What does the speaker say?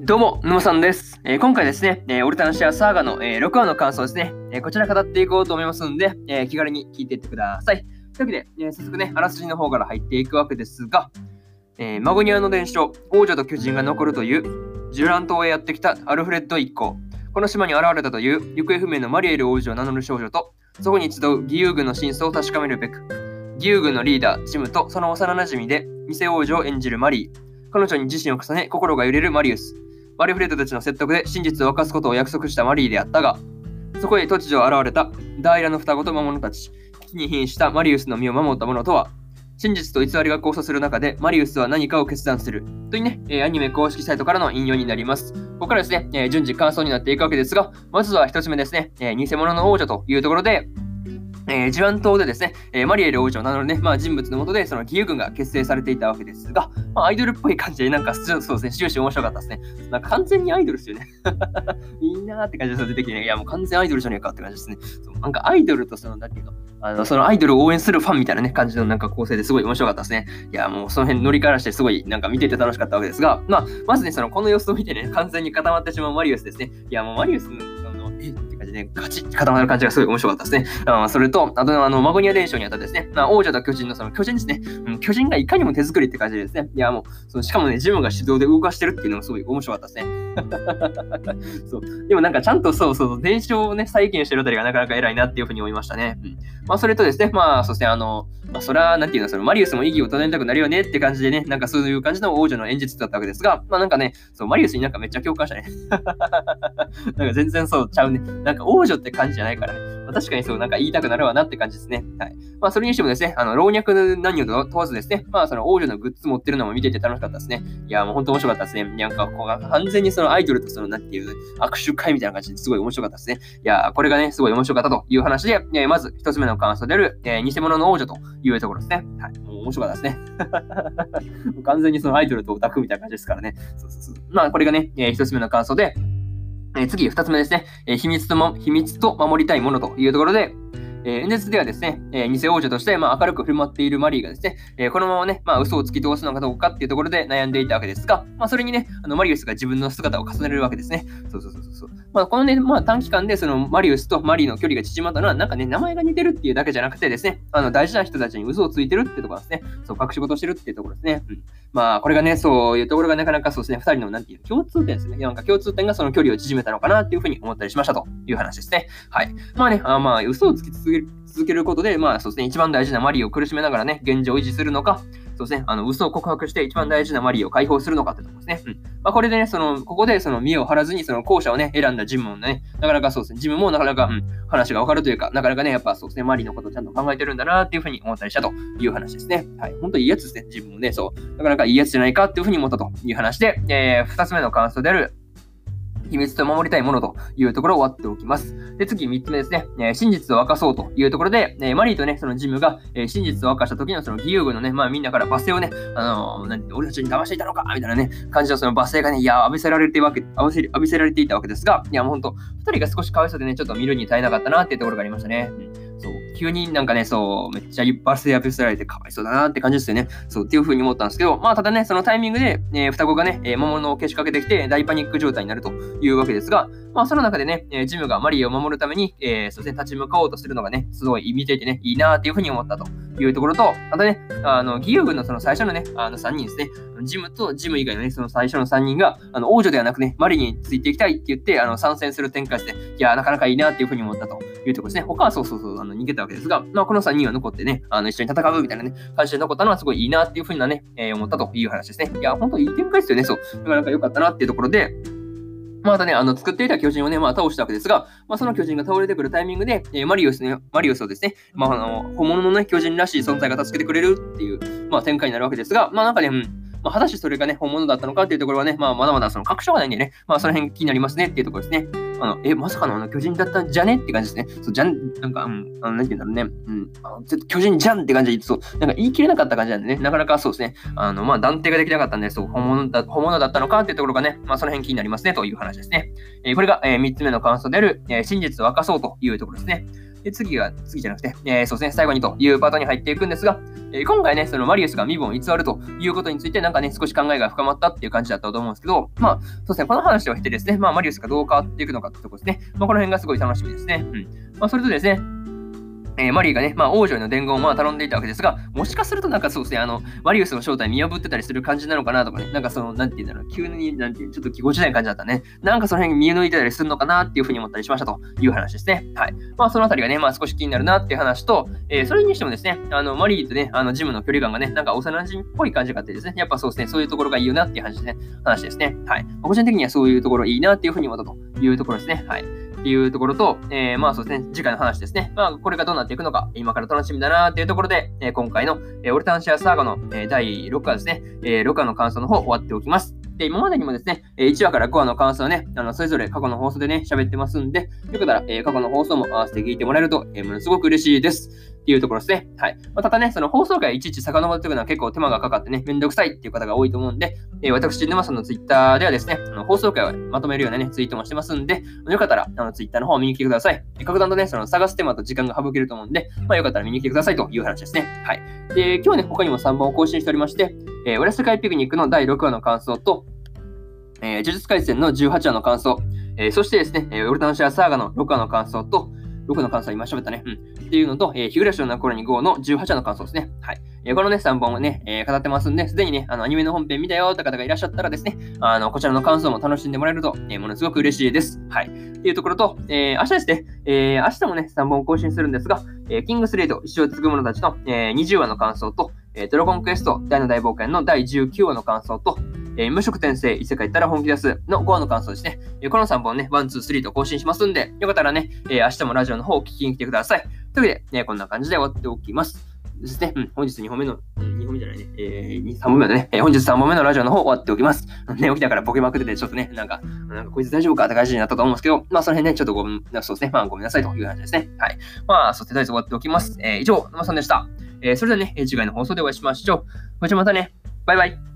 どうも、沼さんです。今回ですね、オルタナシアサーガの、6話の感想ですね、こちら語っていこうと思いますんで、気軽に聞いていってください。というわけで、早速ね、あらすじの方から入っていくわけですが、マゴニアの伝承、王女と巨人が残るというジュラン島へやってきたアルフレッド一行。この島に現れたという行方不明のマリエル王女を名乗る少女と、そこに集う義勇軍の真相を確かめるべく、義勇軍のリーダー、ジムとその幼馴染で、偽王女を演じるマリー。彼女に自身を重ね、心が揺れるマリウス。マリフレッドたちの説得で真実を明かすことを約束したマリーであったが、そこへ突如現れたダイラの双子と魔物たち。危機に瀕したマリウスの身を守った者とは、真実と偽りが交差する中でマリウスは何かを決断する。というね、アニメ公式サイトからの引用になります。ここからですね、順次感想になっていくわけですが、まずは一つ目ですね、偽物の王女というところで、ジュラン島でですね、マリエル王女を名乗るね、人物のもとでその義勇軍が結成されていたわけですが、アイドルっぽい感じでそうですね、終始面白かったですね。なんか完全にアイドルですよね。いいなーって感じで出てきてね、いやもう完全アイドルじゃねえかって感じですね。なんかアイドルとなんていうの、そのアイドルを応援するファンみたいなね、感じのなんか構成ですごい面白かったですね。いやもうその辺乗りからしてすごいなんか見てて楽しかったわけですが、まずね、この様子を見てね、完全に固まってしまうマリウスですね。いやもうマリウスのって感じでガチッ固まる感じがすごい面白かったですね。それと、あとマゴニア伝承にあったですね、王女と巨人の巨人ですね、巨人がいかにも手作りって感じでですね、いやもう、しかもね、ジムが手動で動かしてるっていうのがすごい面白かったですね。でもなんかちゃんと伝承をね、再現してるあたりがなかなか偉いなっていうふうに思いましたね。それとですね、そしてそれはなんていうの、マリウスも意義を唱えたくなるよねって感じでね、なんかそういう感じの王女の演説だったわけですが、なんかね、マリウスになんかめっちゃ共感したね。なんか全然ちゃうね。なんか王女って感じじゃないからね。確かになんか言いたくなるわなって感じですね。はい。それにしてもですね、老若男女問わずですね、その王女のグッズ持ってるのも見てて楽しかったですね。いや、もう本当面白かったですね。なんか完全にアイドルとなんていう、握手会みたいな感じですごい面白かったですね。いや、これがね、すごい面白かったという話で、まず一つ目の感想である、偽物の王女というところですね。はい。もう面白かったですね。完全にアイドルとオタクみたいな感じですからね。これがね、一つ目の感想で、次、二つ目ですね、秘密と守りたいものというところで、演説ではですね、偽王女として、明るく振る舞っているマリーがですね、このままね、嘘を突き通すのかどうかっていうところで悩んでいたわけですが、それにね、マリウスが自分の姿を重ねるわけですね。このね、短期間でマリウスとマリーの距離が縮まったのは、なんかね、名前が似てるっていうだけじゃなくてですね、大事な人たちに嘘をついてるっていうところですね。隠し事してるっていうところですね。これがね、そういうところがなかなかそうですね、二人のなんていう共通点ですね。なんか共通点がその距離を縮めたのかなっていうふうに思ったりしましたという話ですね。はい。嘘をつき続けることで、そうですね、一番大事なマリーを苦しめながらね、現状を維持するのか、そうですね、嘘を告白して一番大事なマリーを解放するのかってところですね。これでね、ここで見栄を張らずに、後者をね、選んだジムもね、なかなかそうですね、ジムもなかなか、話がわかるというか、なかなかね、やっぱそうですね、マリーのことをちゃんと考えてるんだなっていうふうに思ったりしたという話ですね。はい。本当にいいやつですね、自分もね、なかなかいいやつじゃないかっていうふうに思ったという話で、二つ目の感想である、秘密と守りたいものというところを終わっておきます。で、次3つ目ですね。真実を明かそうというところで、マリーとね、ジムが、真実を明かした時の義勇軍のね、みんなから罵声をね、俺たちに騙していたのかみたいなね、感じの罵声がね、浴びせられていたわけですが、いや、もうほんと、2人が少しかわいそうでね、ちょっと見るに耐えなかったなっていうところがありましたね。急になんかね、めっちゃ罵声浴びせられてかわいそうだなって感じですよね。っていう風に思ったんですけど、ただね、そのタイミングで、双子がね、魔物をけしかけてきて大パニック状態になるというわけですが、その中でね、ジムがマリーを守るために、そうですね、立ち向かおうとするのがね、すごい見ていてね、いいなっていう風に思ったというところと、あとね、義勇軍の最初のね、3人ですね、ジムとジム以外のね、最初の3人が、王女ではなくね、マリーについていきたいって言って、参戦する展開ですね。いや、なかなかいいなっていう風に思ったというところですね。他は逃げたわけですが、この3人は残ってね、一緒に戦うみたいなね、感じで残ったのはすごいいいなっていう風にね、思ったという話ですね。いや、本当いい展開ですよね。なかなか良かったなっていうところで、またね、作っていた巨人をね、倒したわけですが、その巨人が倒れてくるタイミングで、マリウスをですね、本物のね、巨人らしい存在が助けてくれるっていう、展開になるわけですが、なんかね、果たしてそれがね、本物だったのかっていうところはね、まだまだ確証がないんでね、その辺気になりますねっていうところですね。まさかの巨人だったんじゃねって感じですね。なんか、なんていうんだろうね。巨人じゃんって感じで、なんか言い切れなかった感じなんでね、なかなかそうですね。断定ができなかったんで、本物だったのかっていうところがね、その辺気になりますねという話ですね。これが、3つ目の感想である、真実を明かそうというところですね。 で、次じゃなくて、そうですね、最後にというパートに入っていくんですが、今回ね、そのマリウスが身分を偽るということについて、なんかね、少し考えが深まったっていう感じだったと思うんですけど、まあ、そうですね、この話を経てですね、まあ、マリウスがどう変わっていくのかってところですね。まあ、この辺がすごい楽しみですね。まあ、それとですね、マリーがね、まあ、王女への伝言をまあ頼んでいたわけですが、もしかするとなんかそうですね、マリウスの正体見破ってたりする感じなのかなとかね、なんかその、なんていうんだろう、急に、なんていう、ちょっとぎこちない感じだったね。なんかその辺見抜いてたりするのかなっていうふうに思ったりしましたという話ですね。はい。まあ、そのあたりがね、まあ、少し気になるなっていう話と、それにしてもですね、マリーとね、ジムの距離感がね、なんか幼馴染っぽい感じがあってですね、やっぱそうですね、そういうところがいいよなっていう話ですね。はい。個人的にはそういうところいいなっていうふうに思ったというところですね。はい。っていうところと、まあそうですね、次回の話ですね。まあこれがどうなっていくのか、今から楽しみだなっていうところで、今回の、オルタンシアサーガの、第6話ですね、6話の感想の方終わっておきます。で、今までにもですね、1話から5話の感想をね、それぞれ過去の放送でね、喋ってますんで、よかったら、過去の放送も合わせて聞いてもらえると、ものすごく嬉しいです。っていうところですね。はい。まあ、ただね、その放送回いちいち遡っていくのは結構手間がかかってね、めんどくさいっていう方が多いと思うんで、私、沼さんのツイッターではですね、放送回をまとめるようなね、ツイートもしてますんで、よかったら、ツイッターの方を見に来てください。格段とね、その探す手間と時間が省けると思うんで、まあ、よかったら見に来てくださいという話ですね。はい。で、今日ね、他にも3本更新しておりまして、浦世界ピクニックの第6話の感想と、呪術廻戦の18話の感想、そしてですね、オルタンシアサーガの6話の感想と、6の感想今喋ったね。っていうのと、日暮らしの頃に5の18話の感想ですね。はい。このね、3本をね、語ってますんで、すでにね、アニメの本編見たよって方がいらっしゃったらですね、こちらの感想も楽しんでもらえると、ものすごく嬉しいです。はい。っていうところと、明日ですね、明日もね、3本更新するんですが、キングスレイド、一生継ぐ者たちの、20話の感想と、ドラゴンクエスト、大の大冒険の第19話の感想と、無職転生、異世界行ったら本気出すの5話の感想ですね。この3本ね、1、2、3と更新しますんで、よかったらね、明日もラジオの方を聞きに来てください。というわけで、こんな感じで終わっておきます。ですね、本日2本目の、2本目じゃないね、3本目のね、本日3本目のラジオの方終わっておきます。ね、起きたからボケまくってて、ちょっとね、なんかこいつ大丈夫かって感じになったと思うんですけど、まあ、その辺ね、ちょっとそうですね、まあ、ごめんなさいという感じですね。はい。まあ、そしてとりあえず終わっておきます。以上、沼さんでした。それではね、次回の放送でお会いしましょう。こちらまたね、バイバイ。